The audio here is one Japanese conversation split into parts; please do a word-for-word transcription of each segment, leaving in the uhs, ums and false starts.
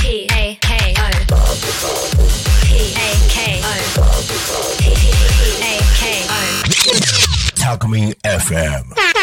P A K O P A K O P A K O タコミン エフエム。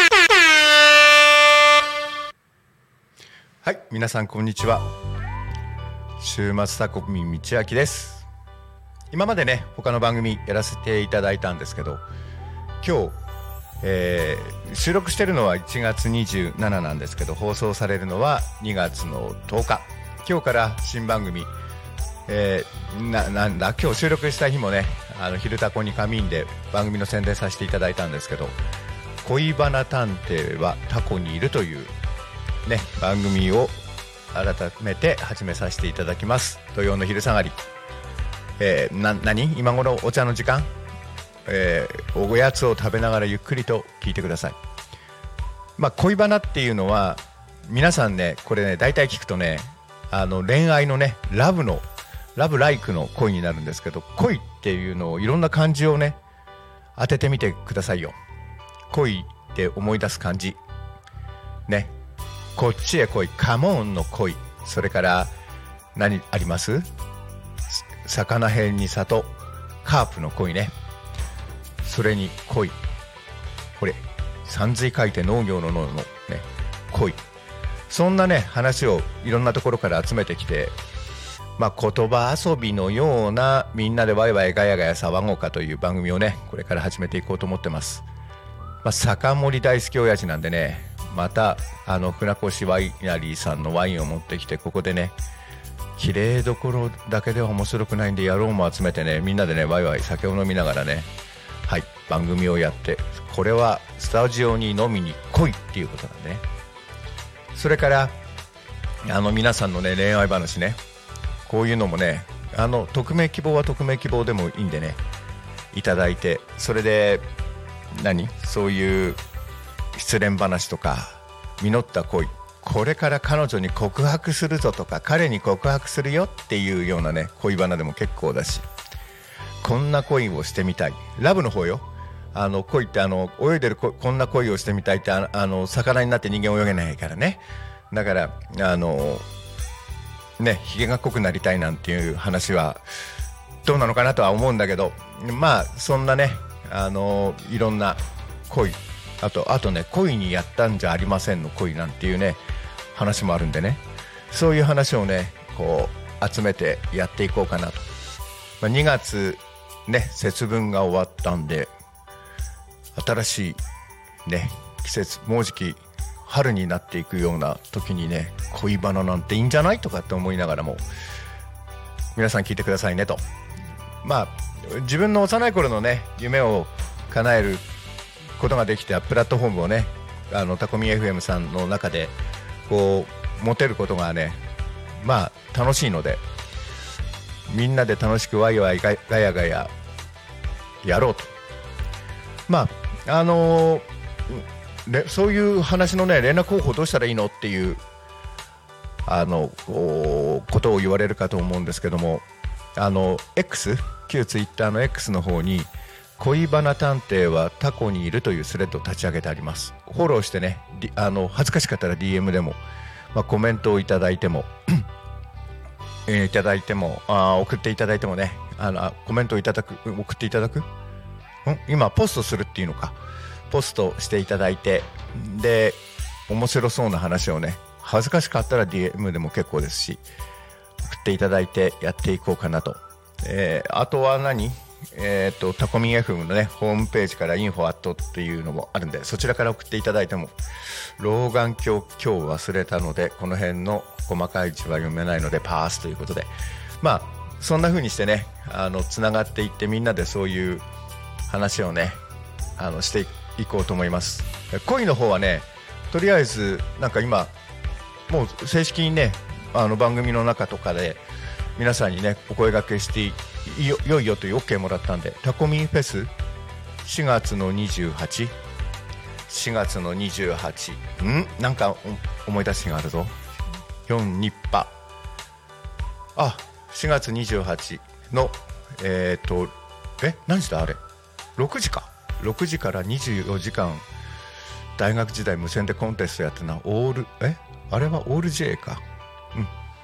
はい、皆さんこんにちは。週末タコミン道明です。今までね他の番組やらせていただいたんですけど、今日、えー、収録してるのはいちがつにじゅうしちなんですけど、放送されるのはにがつのとおか。今日から新番組、えー、な, なんだ今日収録した日もね、あの昼タコに仮眠で番組の宣伝させていただいたんですけど、恋バナ探偵はタコにいるというね番組を改めて始めさせていただきます。土曜の昼下がり、えー、な何今頃お茶の時間、えー、おやつを食べながらゆっくりと聞いてください。まあ恋バナっていうのは皆さんね、これね大体聞くとね、あの恋愛のねラブのラブライクの恋になるんですけど、恋っていうのをいろんな漢字をね当ててみてくださいよ。恋って思い出す漢字ね、こっちへ来い、カモンの恋、それから何あります？魚辺に里、カープの恋ね、それに恋、これさんずい書いて農業の農のね恋、そんなね話をいろんなところから集めてきて、まあ言葉遊びのようなみんなでワイワイガヤガヤ騒ごうかという番組をねこれから始めていこうと思ってます。まあ、酒盛り大好き親父なんでね、またあの船越ワイナリーさんのワインを持ってきて、ここでね綺麗どころだけでは面白くないんで野郎も集めてね、みんなでねワイワイ酒を飲みながらね、はい番組をやって、これはスタジオに飲みに来いっていうことなんでね。それからあの皆さんのね恋愛話ね、こういうのもね、あの匿名希望は匿名希望でもいいんでねいただいて、それで何そういう失恋話とか実った恋、これから彼女に告白するぞとか彼に告白するよっていうようなね恋バナでも結構だし、こんな恋をしてみたい、ラブの方よ。あの恋ってあの泳いでるこんな恋をしてみたいって、ああの魚になって人間泳げないからね、だからあのねひげが濃くなりたいなんていう話はどうなのかなとは思うんだけど、まあそんなねあのいろんな恋、あとあとね恋にやったんじゃありませんの恋なんていうね話もあるんでね、そういう話をねこう集めてやっていこうかなと。まあ、にがつね節分が終わったんで、新しいね季節、もうじき春になっていくような時にね恋バナなんていいんじゃないとかって思いながらも、皆さん聞いてくださいねと。まあ自分の幼い頃のね夢を叶えることができたプラットフォームをね、あのタコミ エフエム さんの中でこう持てることがね、まあ楽しいので、みんなで楽しくワイワイガヤガヤやろうと。まああのー、そういう話のね連絡方法どうしたらいいのっていうあのことを言われるかと思うんですけども、あの X、 旧ツイッターの X の方に恋バナ探偵はタコにいるというスレッドを立ち上げてあります。フォローしてね、あの恥ずかしかったら ディーエム でも、まあ、コメントをいただいてもえー、いただいてもあ送っていただいてもね、あのコメントをいただく送っていただくん今ポストするっていうのか、ポストしていただいて、で面白そうな話をね、恥ずかしかったら ディーエム でも結構ですし送っていただいてやっていこうかなと。えー、あとは何えー、とタコミン エフエム のねホームページからインフォアットっていうのもあるんで、そちらから送っていただいても、老眼鏡今日忘れたのでこの辺の細かい字は読めないのでパースということで、まあそんな風にしてねあのつながっていって、みんなでそういう話をねあのしていこうと思います。恋の方はねとりあえずなんか今もう正式にねあの番組の中とかで皆さんにねお声掛けしていよ、よいよという OK もらったんで、タコミンフェスしがつのにじゅうはち、しがつのにじゅうはち、んなんか思い出しがあるぞ。よん日波、あしがつにじゅうはちのえっ、ー、とえ何時だあれ、ろくじか、ろくじからにじゅうよじかん大学時代無線でコンテストやってな、オールえあれはオール J か、うん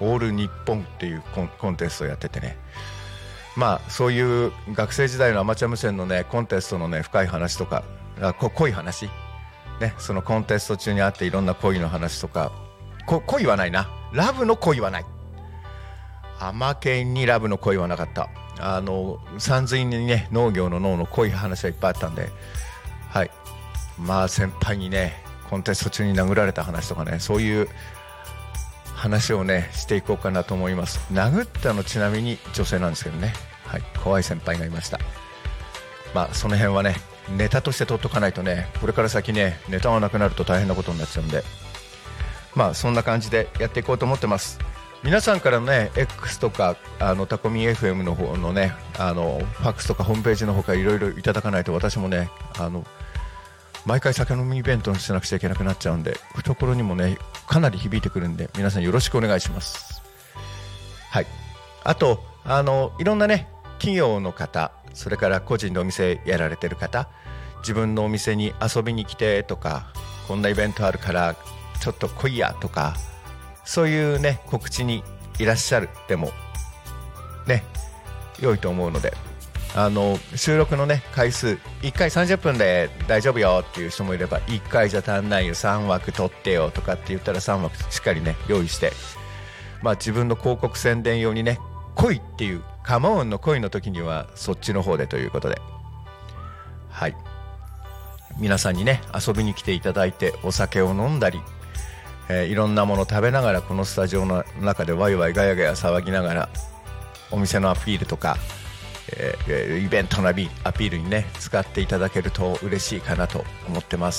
オール日本っていうコン、コンテストをやっててね、まあそういう学生時代のアマチュア無線のねコンテストのね深い話とか、あこ濃い話ね、そのコンテスト中にあっていろんな恋の話とか、こ恋はないな、ラブの恋はない、アマケンにラブの恋はなかった。あの山水にね農業の農の濃い話はいっぱいあったんで、はい、まあ先輩にねコンテスト中に殴られた話とかね、そういう話をねしていこうかなと思います。殴ったのちなみに女性なんですけどね、はい、怖い先輩がいました。まあその辺はねネタとして取っとかないとね、これから先ねネタがなくなると大変なことになっちゃうんで、まあそんな感じでやっていこうと思ってます。皆さんからのね X とかあのタコミ エフエム の方のねあのファックスとかホームページの方からいろいろいただかないと、私もねあの毎回酒飲みイベントにしなくちゃいけなくなっちゃうんで、懐にもねかなり響いてくるんで、皆さんよろしくお願いします。はい、あとあのいろんなね企業の方、それから個人でお店やられてる方、自分のお店に遊びに来てとか、こんなイベントあるからちょっと来いやとか、そういうね告知にいらっしゃるでもね良いと思うので、あの収録のね回数いっかいさんじゅっぷんで大丈夫よっていう人もいれば、いっかいじゃ足んないよさんわく取ってよとかって言ったらさんわくしっかりね用意して、まあ自分の広告宣伝用にね恋っていうカモーンの恋の時にはそっちの方でということで、はい、皆さんにね遊びに来ていただいてお酒を飲んだり、えー、いろんなもの食べながらこのスタジオの中でワイワイガヤガヤ騒ぎながらお店のアピールとか、えー、イベントのアピールにね使っていただけると嬉しいかなと思ってます。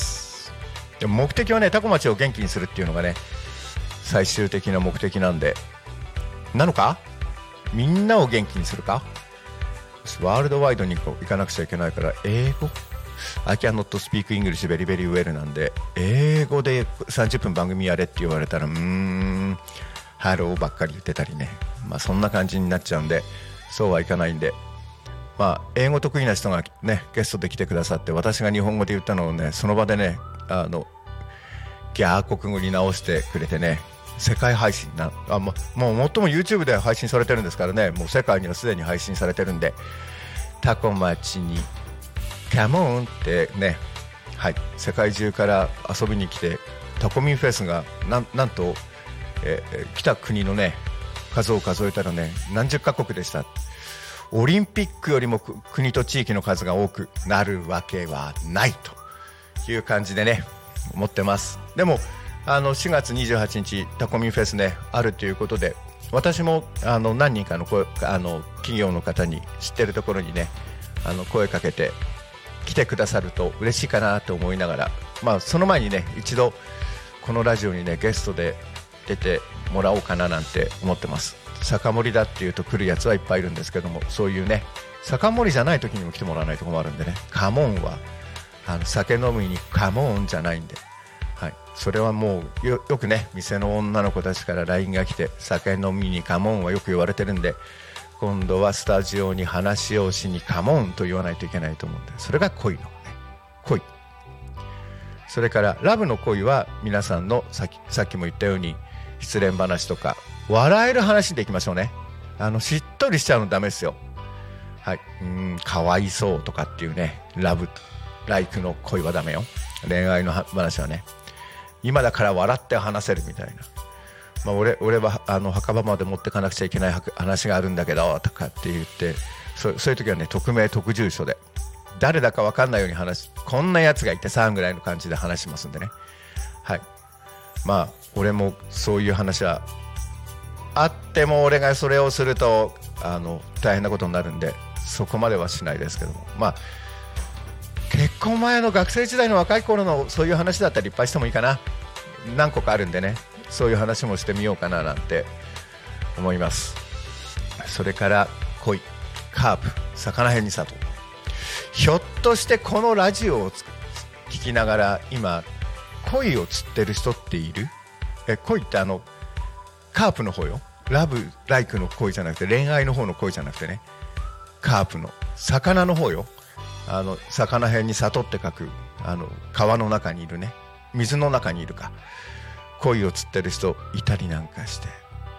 でも目的はねタコ町を元気にするっていうのがね最終的な目的なんで、なのかみんなを元気にするか、ワールドワイドに行かなくちゃいけないから英語I cannot speak English very very well なんで、英語でさんじゅっぷん番組やれって言われたらうーんハローばっかり言ってたりね、まあそんな感じになっちゃうんでそうはいかないんで、まあ英語得意な人がねゲストで来てくださって、私が日本語で言ったのをねその場でねあのギャー国語に直してくれてね、世界配信なあ、もう最も YouTube で配信されてるんですからね、もう世界にはすでに配信されてるんで、タコ町にカモンってね、はい、世界中から遊びに来てタコミンフェスがな ん, なんと、えー、来た国のね数を数えたらね何十カ国でした。オリンピックよりも国と地域の数が多くなるわけはないという感じでね思ってます。でもあのしがつにじゅうはちにちタコミンフェスねあるということで、私もあの何人かの声あの企業の方に知ってるところにねあの声かけて来てくださると嬉しいかなと思いながら、まあその前にね一度このラジオにねゲストで出てもらおうかななんて思ってます。酒盛りだっていうと来るやつはいっぱいいるんですけども、そういうね酒盛りじゃない時にも来てもらわないと困るんでね、カモンはあの酒飲みにカモンじゃないんで、はい、それはもう よ, よくね店の女の子たちから ライン が来て酒飲みにカモンはよく言われてるんで、今度はスタジオに話をしにカモンと言わないといけないと思うんで、それが恋のね恋。それからラブの恋は皆さんのさ っ, さっきも言ったように失恋話とか笑える話でいきましょうね。あのしっとりしちゃうのダメですよ。はい、うーんかわいそうとかっていうねラブライクの恋はダメよ。恋愛の話はね今だから笑って話せるみたいな、まあ、俺, 俺はあの墓場まで持ってかなくちゃいけない話があるんだけどとかって言って、 そ, そういう時はね匿名匿住所で誰だか分かんないように話、こんなやつがいてさんぐらいの感じで話しますんでね。はい、まあ俺もそういう話はあっても俺がそれをするとあの大変なことになるんでそこまではしないですけども、まあ結婚前の学生時代の若い頃のそういう話だったらいっぱいしてもいいかな。何個かあるんでねそういう話もしてみようかななんて思います。それから恋、カープ、魚辺に里、ひょっとしてこのラジオを聞きながら今恋を釣ってる人っている？え恋ってあのカープの方よ、ラブライクの恋じゃなくて恋愛の方の恋じゃなくてね、カープの魚の方よ。あの魚辺に里って書くあの川の中にいるね、水の中にいるか恋を釣ってる人いたりなんかして、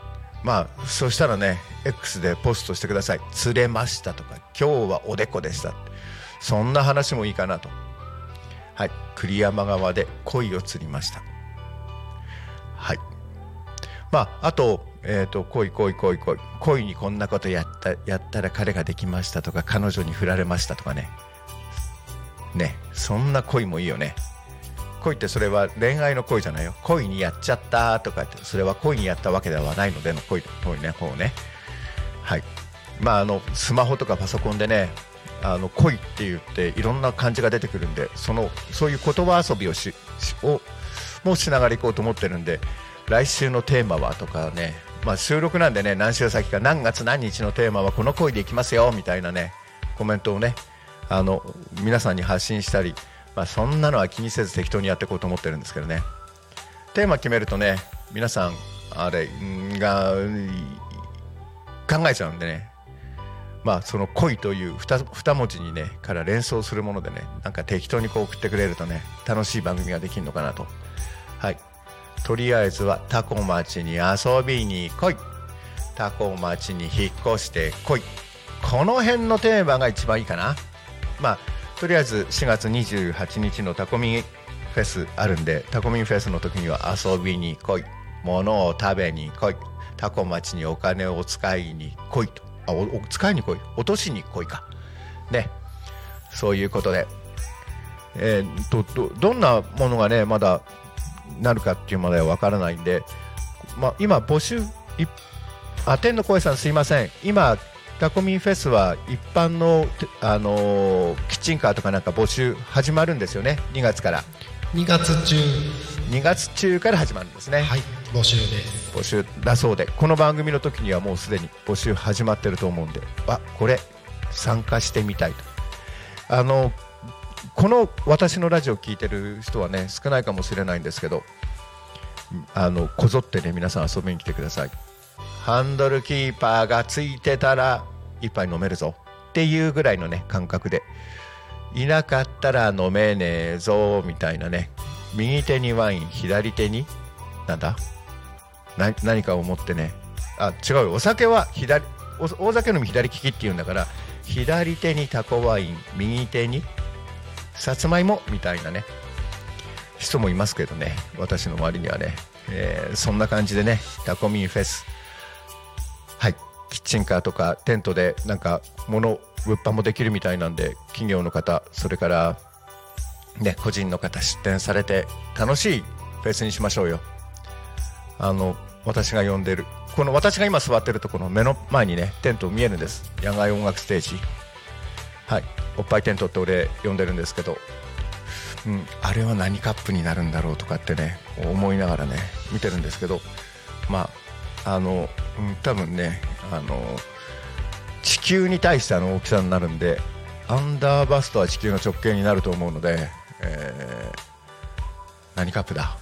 まあそしたらね X でポストしてください。釣れましたとか今日はおでこでした、そんな話もいいかなと。はい、栗山川で鯉を釣りました。はい、まああとえっ、ー、と恋恋恋恋恋にこんなことやったやったら彼ができましたとか、彼女に振られましたとかね。ね、そんな恋もいいよね。恋ってそれは恋愛の恋じゃないよ。恋にやっちゃったとか言って、それは恋にやったわけではないのでの恋恋ね、こうね。はい。まああのスマホとかパソコンでね、あの恋って言っていろんな漢字が出てくるんで、そのそういう言葉遊びをしをもしながらいこうと思ってるんで、来週のテーマはとかね、まあ収録なんでね、何週先か何月何日のテーマはこの恋でいきますよみたいなねコメントをね、あの皆さんに発信したり、まあ、そんなのは気にせず適当にやっていこうと思ってるんですけどね。テーマ決めるとね、皆さんあれが考えちゃうんでね、まあその恋という 2, 2文字にねから連想するものでね、なんか適当にこう送ってくれるとね、楽しい番組ができるのかなと。はい、とりあえずはタコ町に遊びに来い、タコ町に引っ越して来い、この辺のテーマが一番いいかな。まあとりあえずしがつにじゅうはちにちのタコミンフェスあるんで、タコミンフェスの時には遊びに来い、物を食べに来い、タコ町にお金を使いに来いと、あ お, お使いに来い、落としに来いかね、そういうことで、えー、と ど, どんなものがねまだなるかっていうまではわからないんで、まあ、今募集いあ天の声さんすいません、今タコミンフェスは一般の、あのー、キッチンカーとかなんか募集始まるんですよね。にがつからにがつ中にがつ中から始まるんですね。 はい、募集です。 募集だそうで、この番組の時にはもうすでに募集始まってると思うんで、あこれ参加してみたいと。あのこの私のラジオ聞いてる人はね少ないかもしれないんですけど、あのこぞってね皆さん遊びに来てください。ハンドルキーパーがついてたら一杯飲めるぞっていうぐらいのね感覚で、いなかったら飲めねえぞみたいなね、右手にワイン左手になんだな何かを持ってね、あ違うよ、お酒は左 お, 大酒飲み左利きっていうんだから、左手にタコワイン右手にさつまいもみたいなね人もいますけどね、私の周りにはね、えー、そんな感じでねタコミンフェス、はい、キッチンカーとかテントでなんか物物販もできるみたいなんで、企業の方それからね個人の方出店されて楽しいフェスにしましょうよ。あの私が呼んでるこの私が今座ってるところの目の前にねテント見えるんです。野外音楽ステージ、はい、おっぱいテントって俺呼んでるんですけど、うん、あれは何カップになるんだろうとかってね思いながらね見てるんですけど、まああの、うん、多分ねあの地球に対しての大きさになるんで、アンダーバストは地球の直径になると思うので、えー、何カップだ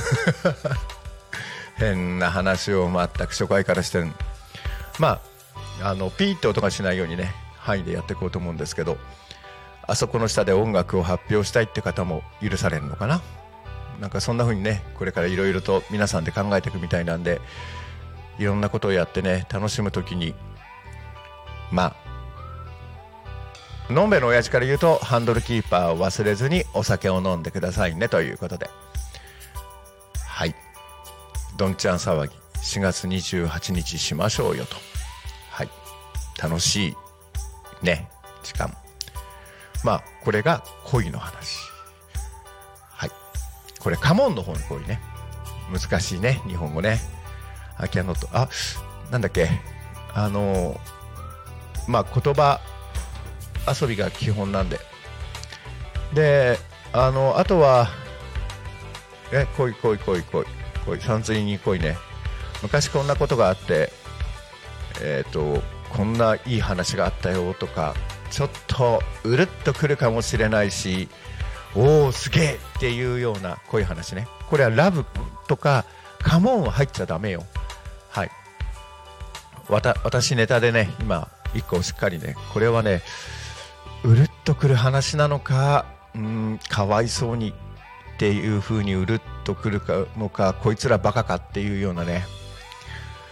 変な話を全く初回からしてる。まああのピーって音がしないようにね範囲でやっていこうと思うんですけど、あそこの下で音楽を発表したいって方も許されるのかな。なんかそんな風にねこれからいろいろと皆さんで考えていくみたいなんで、いろんなことをやってね楽しむときに、まあのんべの親父から言うとハンドルキーパーを忘れずにお酒を飲んでくださいねということで、はい、どんちゃん騒ぎしがつにじゅうはちにちしましょうよと。はい、楽しいね時間、まあこれが恋の話。はい、これカモンの方の恋ね、難しいね日本語ね。あキャノット、あなんだっけ、あのまあ言葉遊びが基本なんで、であのあとはえ恋恋恋恋恋さんずいに恋ね、昔こんなことがあってえっとこんないい話があったよとか、ちょっとうるっとくるかもしれないし、おーすげえっていうようなこういう話ね。これはラブとかカモンは入っちゃダメよ。はい、わた私ネタでね今一個しっかりね、これはねうるっとくる話なのか、うーんかわいそうにっていう風にうるっとくるかのか、こいつらバカかっていうようなね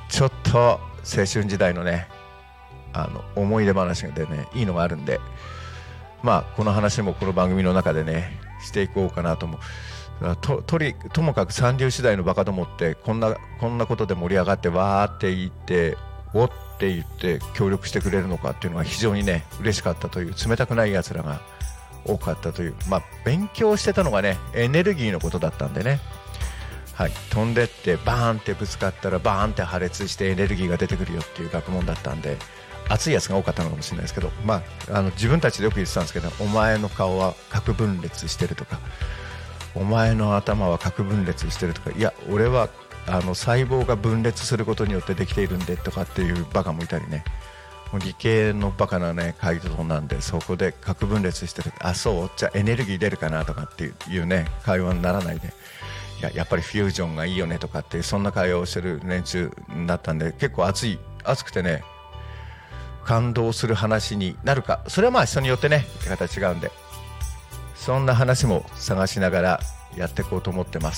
ちょっと青春時代のねあの思い出話でねいいのがあるんで、まあこの話もこの番組の中でねしていこうかなと思う。と, と, りともかく三流次第のバカどもってこんなこんなことで盛り上がってわーって言っておって言って協力してくれるのかっていうのが非常にね嬉しかったという、冷たくないやつらが多かったという、まあ勉強してたのがねエネルギーのことだったんでね、はい、飛んでってバーンってぶつかったらバーンって破裂してエネルギーが出てくるよっていう学問だったんで、熱いやつが多かったのかもしれないですけど、まあ、あの自分たちでよく言ってたんですけど、お前の顔は核分裂してるとか、お前の頭は核分裂してるとか、いや俺はあの細胞が分裂することによってできているんでとかっていうバカもいたりね、もう理系のバカなね回答なんで、そこで核分裂してる、あそうじゃあエネルギー出るかなとかっていうね会話にならないで、いややっぱりフュージョンがいいよねとかっていうそんな会話をしてる連中だったんで、結構熱い熱くてね感動する話になるか、それはまあ人によってね言い方違うんで、そんな話も探しながらやっていこうと思ってます。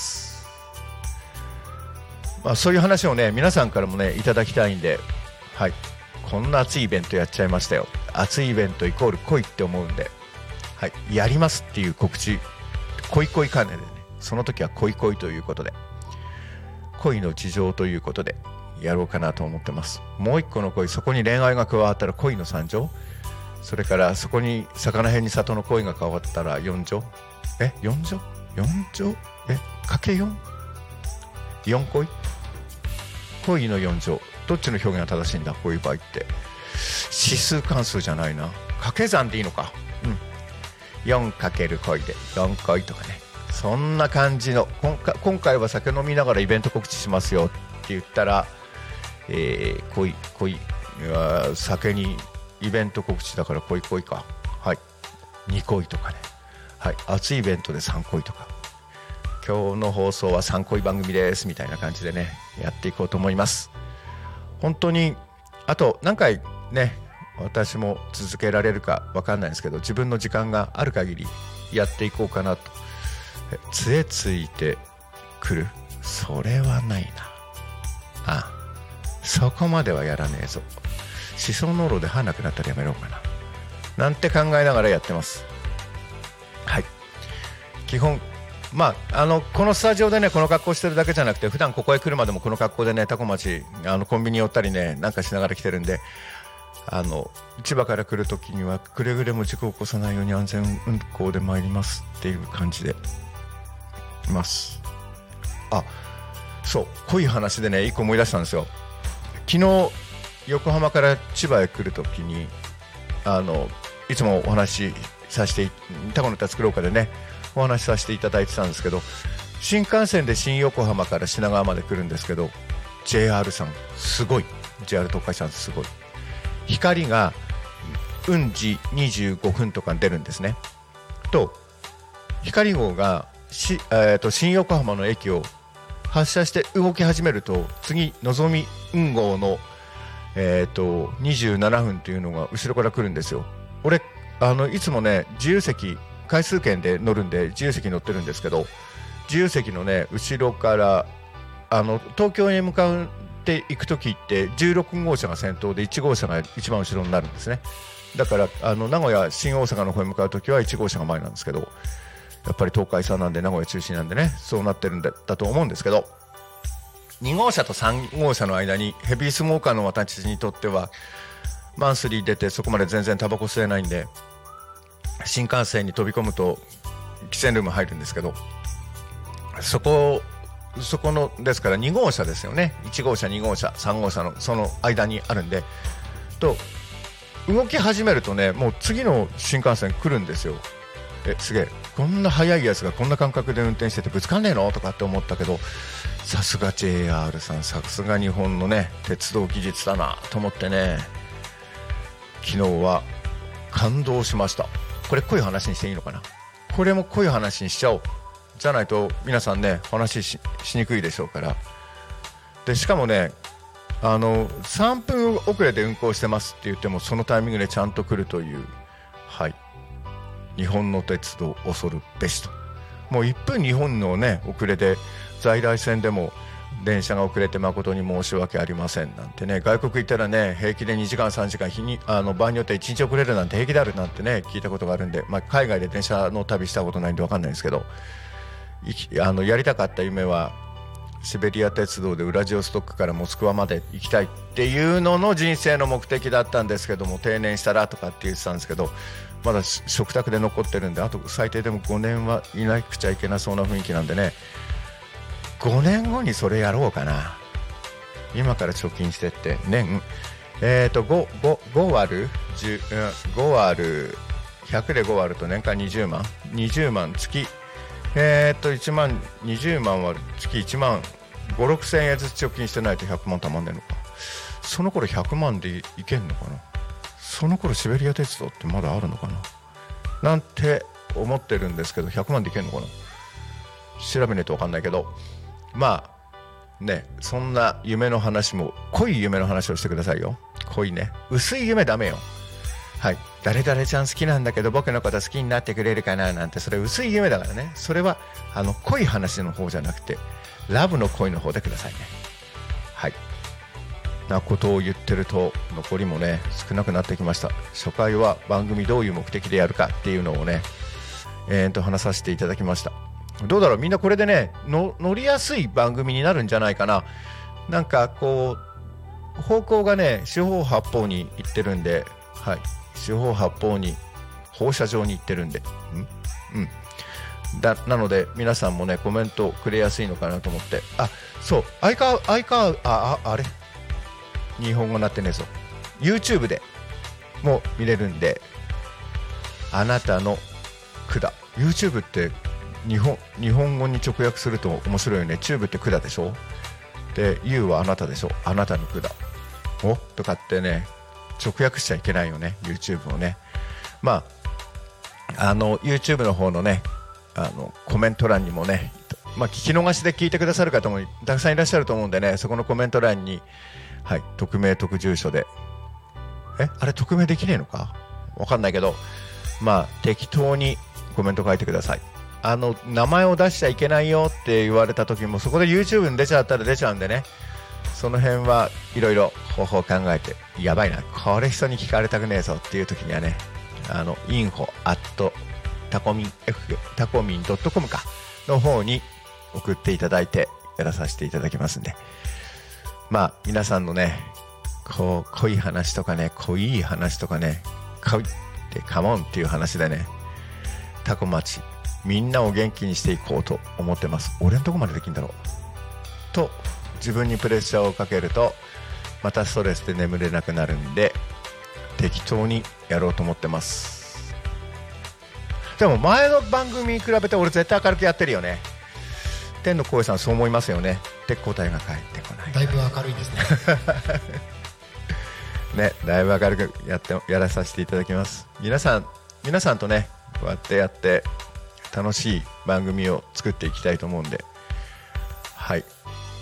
まあ、そういう話をね皆さんからもねいただきたいんで、はい、こんな熱いイベントやっちゃいましたよ、熱いイベントイコール恋って思うんで、はい、やりますっていう告知、恋恋関連でね、その時は恋恋ということで、恋の事情ということでやろうかなと思ってます。もう一個の恋、そこに恋愛が加わったら恋の三乗、それからそこに魚辺に里の恋が加わったら四乗、え四乗四乗えかけ四四恋、恋の四乗、どっちの表現が正しいんだこういう場合って、指数関数じゃないな、掛け算でいいのか、うん、よんかける恋でよん恋とかね、そんな感じの、今回、今回は酒飲みながらイベント告知しますよって言ったら、えー、恋恋酒にイベント告知だから恋恋か、はい、に恋とかね、はい、熱いイベントでさん恋とか、今日の放送はさん恋番組ですみたいな感じでねやっていこうと思います。本当にあと何回ね私も続けられるか分かんないですけど、自分の時間がある限りやっていこうかなと。杖ついてくる、それはないなあ、そこまではやらねえぞ、思想濃炉で歯なくなったらやめろうかななんて考えながらやってます。はい、基本まあ、あのこのスタジオでねこの格好してるだけじゃなくて、普段ここへ来るまでもこの格好でねタコ町あのコンビニ寄ったりねなんかしながら来てるんで、あの千葉から来るときにはくれぐれも事故を起こさないように安全運行で参りますっていう感じでいます。あ、そう濃い話でね一個思い出したんですよ。昨日横浜から千葉へ来るときにあのいつもお話しさせてタコの歌作ろうかでねお話しさせていただいてたんですけど、新幹線で新横浜から品川まで来るんですけど ジェイアール さんすごい、 ジェイアール 東海さんすごい、光がうん時にじゅうごふんとかに出るんですね。と光号がし、えー、と新横浜の駅を発車して動き始めると、次のぞみ運号の、えー、とにじゅうななふんというのが後ろから来るんですよ。俺あのいつもね自由席回数券で乗るんで自由席乗ってるんですけど、自由席のね後ろからあの東京へ向かっていくときってじゅうろく号車が先頭でいち号車が一番後ろになるんですね。だからあの名古屋新大阪の方へ向かうときはいち号車が前なんですけど、やっぱり東海さんなんで名古屋中心なんでねそうなってるんだと思うんですけど、に号車とさん号車の間にヘビースモーカーの私にとってはマンスリー出てそこまで全然タバコ吸えないんで、新幹線に飛び込むと喫煙ルーム入るんですけど、そこそこのですからに号車ですよね、いち号車に号車さん号車のその間にあるんで、と動き始めるとねもう次の新幹線来るんですよ。えすげえこんな速いやつがこんな感覚で運転しててぶつかんねえのとかって思ったけど、さすが ジェイアール さん、さすが日本のね鉄道技術だなと思ってね、昨日は感動しました。これ濃い話にしていいのかな、これも濃い話にしちゃおう、じゃないと皆さんね話 し, しにくいでしょうから。でしかもねあのさんぷん遅れで運行してますって言ってもそのタイミングでちゃんと来るという、はい日本の鉄道恐るべしと。もういっぷん日本のね遅れで在来線でも電車が遅れて誠に申し訳ありませんなんてね、外国行ったらね平気でにじかんさんじかん日にあの場合によってはいちにち遅れるなんて平気であるなんてね聞いたことがあるんで、まあ、海外で電車の旅したことないんで分かんないんですけど、いきあのやりたかった夢はシベリア鉄道でウラジオストックからモスクワまで行きたいっていうのの人生の目的だったんですけども、定年したらとかって言ってたんですけど、まだ食卓で残ってるんで、あと最低でもごねんはいなくちゃいけなそうな雰囲気なんでね、ごねんごにそれやろうかな。今から貯金してって年えーと 5, 5, 5割るじゅう、ご割るひゃくでご割ると年間にじゅうまん、にじゅうまん月えーといちまん、にじゅうまん割る月いちまんご、ろくせんえんずつ貯金してないとひゃくまんたまんねえのか。その頃ひゃくまんでいけんのかな。その頃シベリア鉄道ってまだあるのかななんて思ってるんですけど、ひゃくまんでいけんのかな、調べないと分かんないけど、まあね、そんな夢の話も、濃い夢の話をしてくださいよ。濃いね、薄い夢ダメよ。はい、誰々ちゃん好きなんだけど僕のこと好きになってくれるかななんて、それ薄い夢だからね。それはあの濃い話の方じゃなくてラブの恋の方でくださいね。はい、なことを言ってると残りもね少なくなってきました。初回は番組どういう目的でやるかっていうのをねえー、と話させていただきました。どうだろう、みんなこれでねの乗りやすい番組になるんじゃないかな。なんかこう方向がね四方八方に行ってるんで、はい、四方八方に放射状に行ってるんで、うんうんだなので皆さんもねコメントくれやすいのかなと思って。あ、そう、アイカーアイカーあああれ日本語なってねえぞ。 YouTube でも見れるんで、あなたの管 YouTube って日本日本語に直訳すると面白いよね。チューブって管でしょ。で You はあなたでしょ。あなたの管おとかってね直訳しちゃいけないよね YouTube をね。まああの YouTube の方のねあのコメント欄にもね、まあ、聞き逃しで聞いてくださる方もたくさんいらっしゃると思うんでね、そこのコメント欄に、はい、匿名匿住所でえあれ匿名できねえのかわかんないけど、まあ適当にコメント書いてください。あの名前を出しちゃいけないよって言われた時もそこで YouTube に出ちゃったら出ちゃうんでね、その辺はいろいろ方法を考えて、やばいなこれ人に聞かれたくねえぞっていう時にはね、あの インフォ アット タコミン F タコミン ドットコム かの方に送っていただいてやらさせていただきますんで、まあ皆さんのねこう濃い話とかね濃い話とかね濃いってカモンっていう話でね、タコ町みんなを元気にしていこうと思ってます。俺のとこまでできるんだろうと自分にプレッシャーをかけるとまたストレスで眠れなくなるんで適当にやろうと思ってます。でも前の番組に比べて俺絶対明るくやってるよね。天の声さんそう思いますよねって答えが返ってこない。 だいぶ明るいですねね、だいぶ明るくやってやらさせていただきます。皆さん皆さんとねこうやってやって楽しい番組を作っていきたいと思うんで、はい、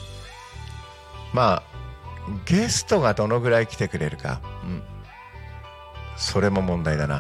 まあゲストがどのぐらい来てくれるか、うん、それも問題だな。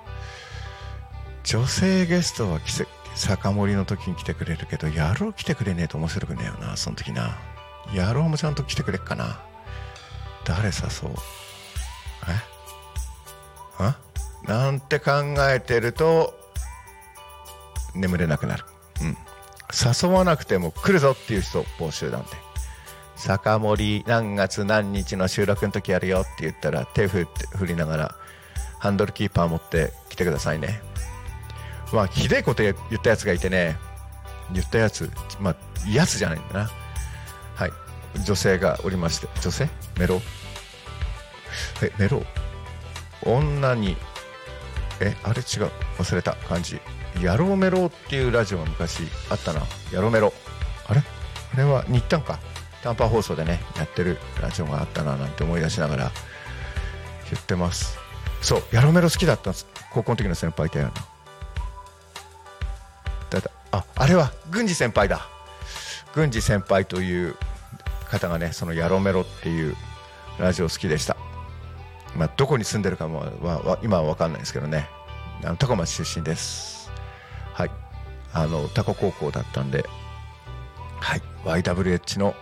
女性ゲストは来て酒盛りの時に来てくれるけど、野郎来てくれねえと面白くねえよな。その時な野郎もちゃんと来てくれっかな。誰誘うえあなんて考えてると眠れなくなる、うん、誘わなくても来るぞっていう人募集なんで、酒盛り何月何日の収録の時やるよって言ったら手振って振りながらハンドルキーパー持って来てくださいね。まあひでえこと言ったやつがいてね、言ったやつまあやつじゃないんだな。はい、女性がおりまして、女性メロえメロ女にえあれ違う忘れた感じ。ヤローメロっていうラジオが昔あったな。ヤローメロあれあれは日短か短波放送でねやってるラジオがあったななんて思い出しながら言ってます。そうヤローメロ好きだったんです。高校の時の先輩いたよな。だだああれは郡司先輩だ。郡司先輩という方がねそのヤローメロっていうラジオ好きでした。まあどこに住んでるかもはは今は分かんないですけどね、あの高松出身です。はい、あのタコ高校だったんで、はい、ワイダブリューエイチ の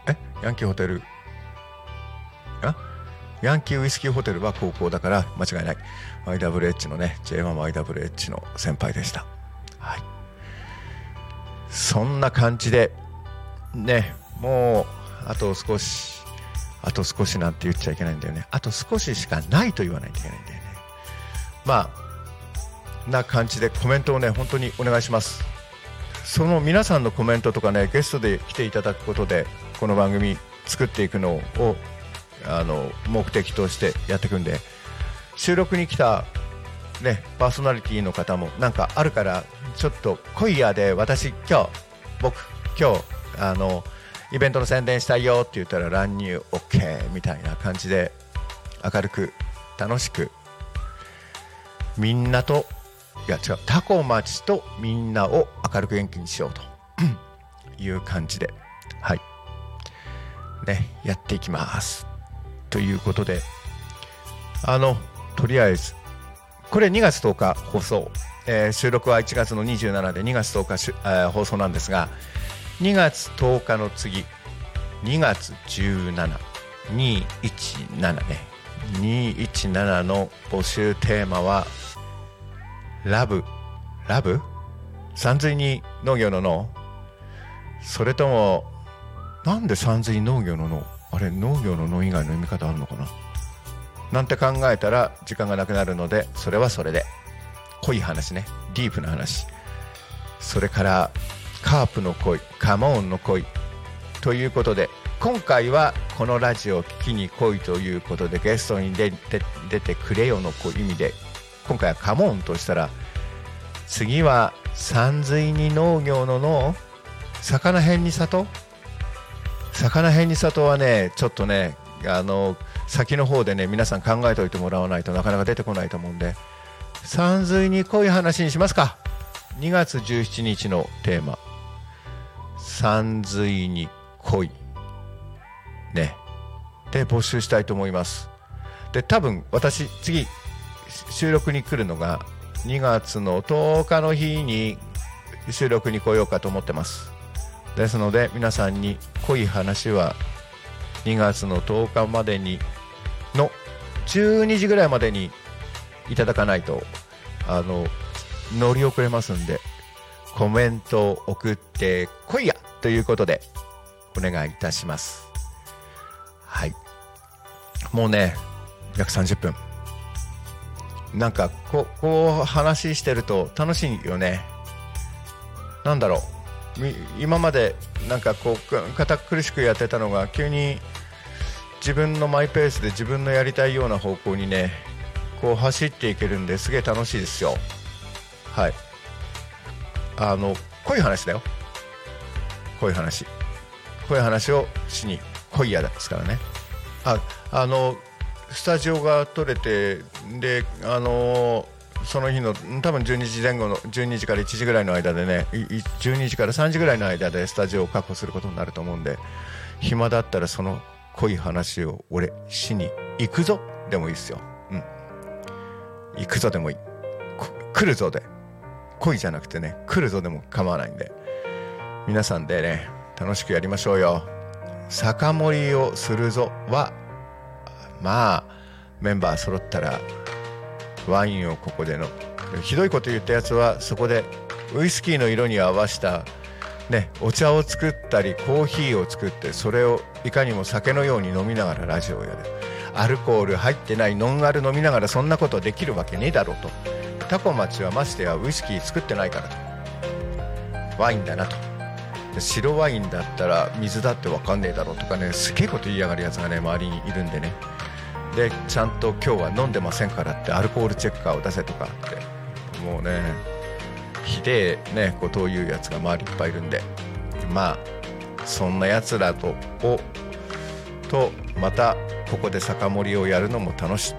えヤンキーホテルあヤンキーウイスキーホテルは高校だから間違いない。 アイダブリューエイチ のね ジェイワン アイダブリューエイチ の先輩でした。はい、そんな感じでね、もうあと少しあと少しなんて言っちゃいけないんだよね。あと少ししかないと言わないといけないんだよね。まあな感じでコメントをね本当にお願いします。その皆さんのコメントとかねゲストで来ていただくことでこの番組作っていくのをあの目的としてやっていくんで、収録に来たねパーソナリティの方もなんかあるからちょっと来いやで私今日僕今日あのイベントの宣伝したいよって言ったら乱入 OK みたいな感じで明るく楽しくみんなといや違うタコ町とみんなを明るく元気にしようという感じではいねやっていきますということで、あのとりあえずこれにがつとおか放送、えー、収録はいちがつのにじゅうしちでにがつとおかし、えー、放送なんですが、にがつとおかの次にがつじゅうしちにいちななねにいちななの募集テーマはラブラブさんずいに農業の農、それともなんでさんずい農業の農、あれ農業の農以外の読み方あるのかななんて考えたら時間がなくなるので、それはそれで濃い話ね、ディープな話、それからカープの恋、カモーンの恋ということで、今回はこのラジオを聞きに来いということでゲストに出て、出てくれよの意味で今回はカモーンとしたら、次は山水に農業の農、魚辺に里、魚辺に里はねちょっとねあの先の方でね皆さん考えておいてもらわないとなかなか出てこないと思うんで、山水に濃い話にしますか。にがつじゅうしちにちのテーマ、山水に濃いねで募集したいと思います。で多分私次収録に来るのがにがつのとおかの日に収録に来ようかと思ってます。ですので皆さんに濃い話はにがつのとおかまでにのじゅうにじぐらいまでにいただかないとあの乗り遅れますんで、コメントを送ってこいやということでお願いいたします。はい、もうね約さんじゅっぷん、なんかこう、こう話してると楽しいよね。なんだろう、今までなんかこう堅苦しくやってたのが急に自分のマイペースで自分のやりたいような方向にねこう走っていけるんですげえ楽しいですよ。はい、あの濃い話だよ、濃い話濃い話をしに濃いやですからね。ああのスタジオが取れてであのその日の多分じゅうにじぜん後のじゅうにじからいちじぐらいの間でねじゅうにじからさんじぐらいの間でスタジオを確保することになると思うんで、暇だったらその濃い話を俺しに行くぞでもいいですよ。うん行くぞでもいい、来るぞで濃いじゃなくてね来るぞでも構わないんで皆さんでね楽しくやりましょうよ。酒盛りをするぞはまあメンバー揃ったらワインをここでのひどいこと言ったやつはそこでウイスキーの色に合わせたねお茶を作ったりコーヒーを作ってそれをいかにも酒のように飲みながらラジオをやる。アルコール入ってないノンアル飲みながらそんなことできるわけねえだろうと。タコ町はましてやウイスキー作ってないからと、ワインだなと。白ワインだったら水だって分かんねえだろうとかねすげえこと言いやがるやつがね周りにいるんでね。でちゃんと今日は飲んでませんからってアルコールチェッカーを出せとかってもうねひでえねことを言うやつが周りいっぱいいるんで、まあそんなやつらとをとまたここで酒盛りをやるのも楽しい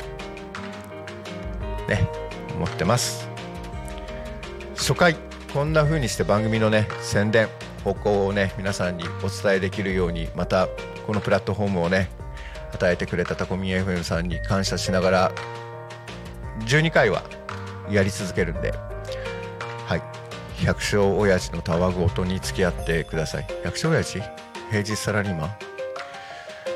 ね思ってます。初回こんな風にして番組のね宣伝方向をね皆さんにお伝えできるように、またこのプラットフォームをね与えてくれたタコミ エフエム さんに感謝しながらじゅうにかいはやり続けるんで、はい百姓親父のたわごとに付き合ってください。百姓親父平日サラリーマン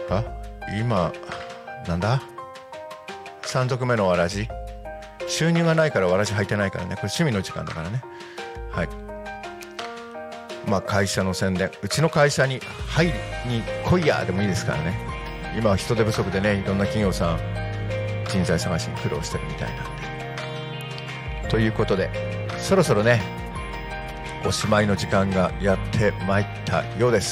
あ、今なんださんぞくめのわらじ、収入がないからわらじ履いてないからね、これ趣味の時間だからね。はい、まあ会社の宣伝、うちの会社に入りに来いやでもいいですからね。今は人手不足でね、いろんな企業さん人材探しに苦労してるみたいなんで、ということでそろそろねおしまいの時間がやってまいったようです。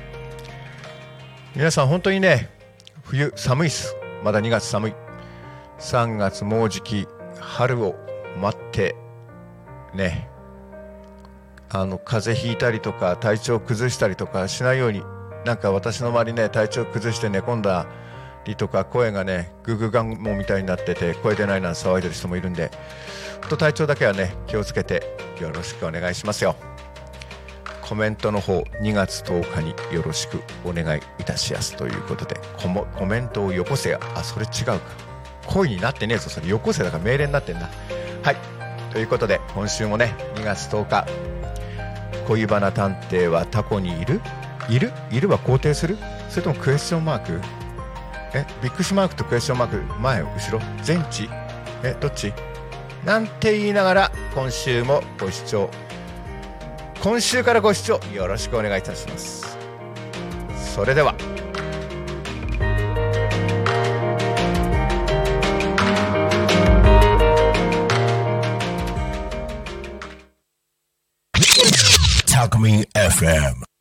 皆さん本当にね、冬寒いっす。まだにがつ寒い。さんがつもうじき春を待ってね、あの風邪ひいたりとか体調崩したりとかしないように。なんか私の周りね、体調崩して寝込んだりとか、声がねグーグーガンモみたいになってて声出ないなんて騒いでる人もいるんで、と体調だけはね気をつけてよろしくお願いしますよ。コメントの方にがつとおかによろしくお願いいたしやすということで、コモコメントをよこせや。あ、それ違うか、恋になってねえぞ、それよこせだから命令になってんだ。はい、ということで今週もねにがつとおか、恋バナ探偵はタコにいるいるいるは肯定する、それともクエスチョンマーク、えビッグシマークとクエスチョンマーク、前後ろ前置、えどっちなんて言いながら、今週もご視聴、今週からご視聴よろしくお願いいたします。それではタコミン エフエム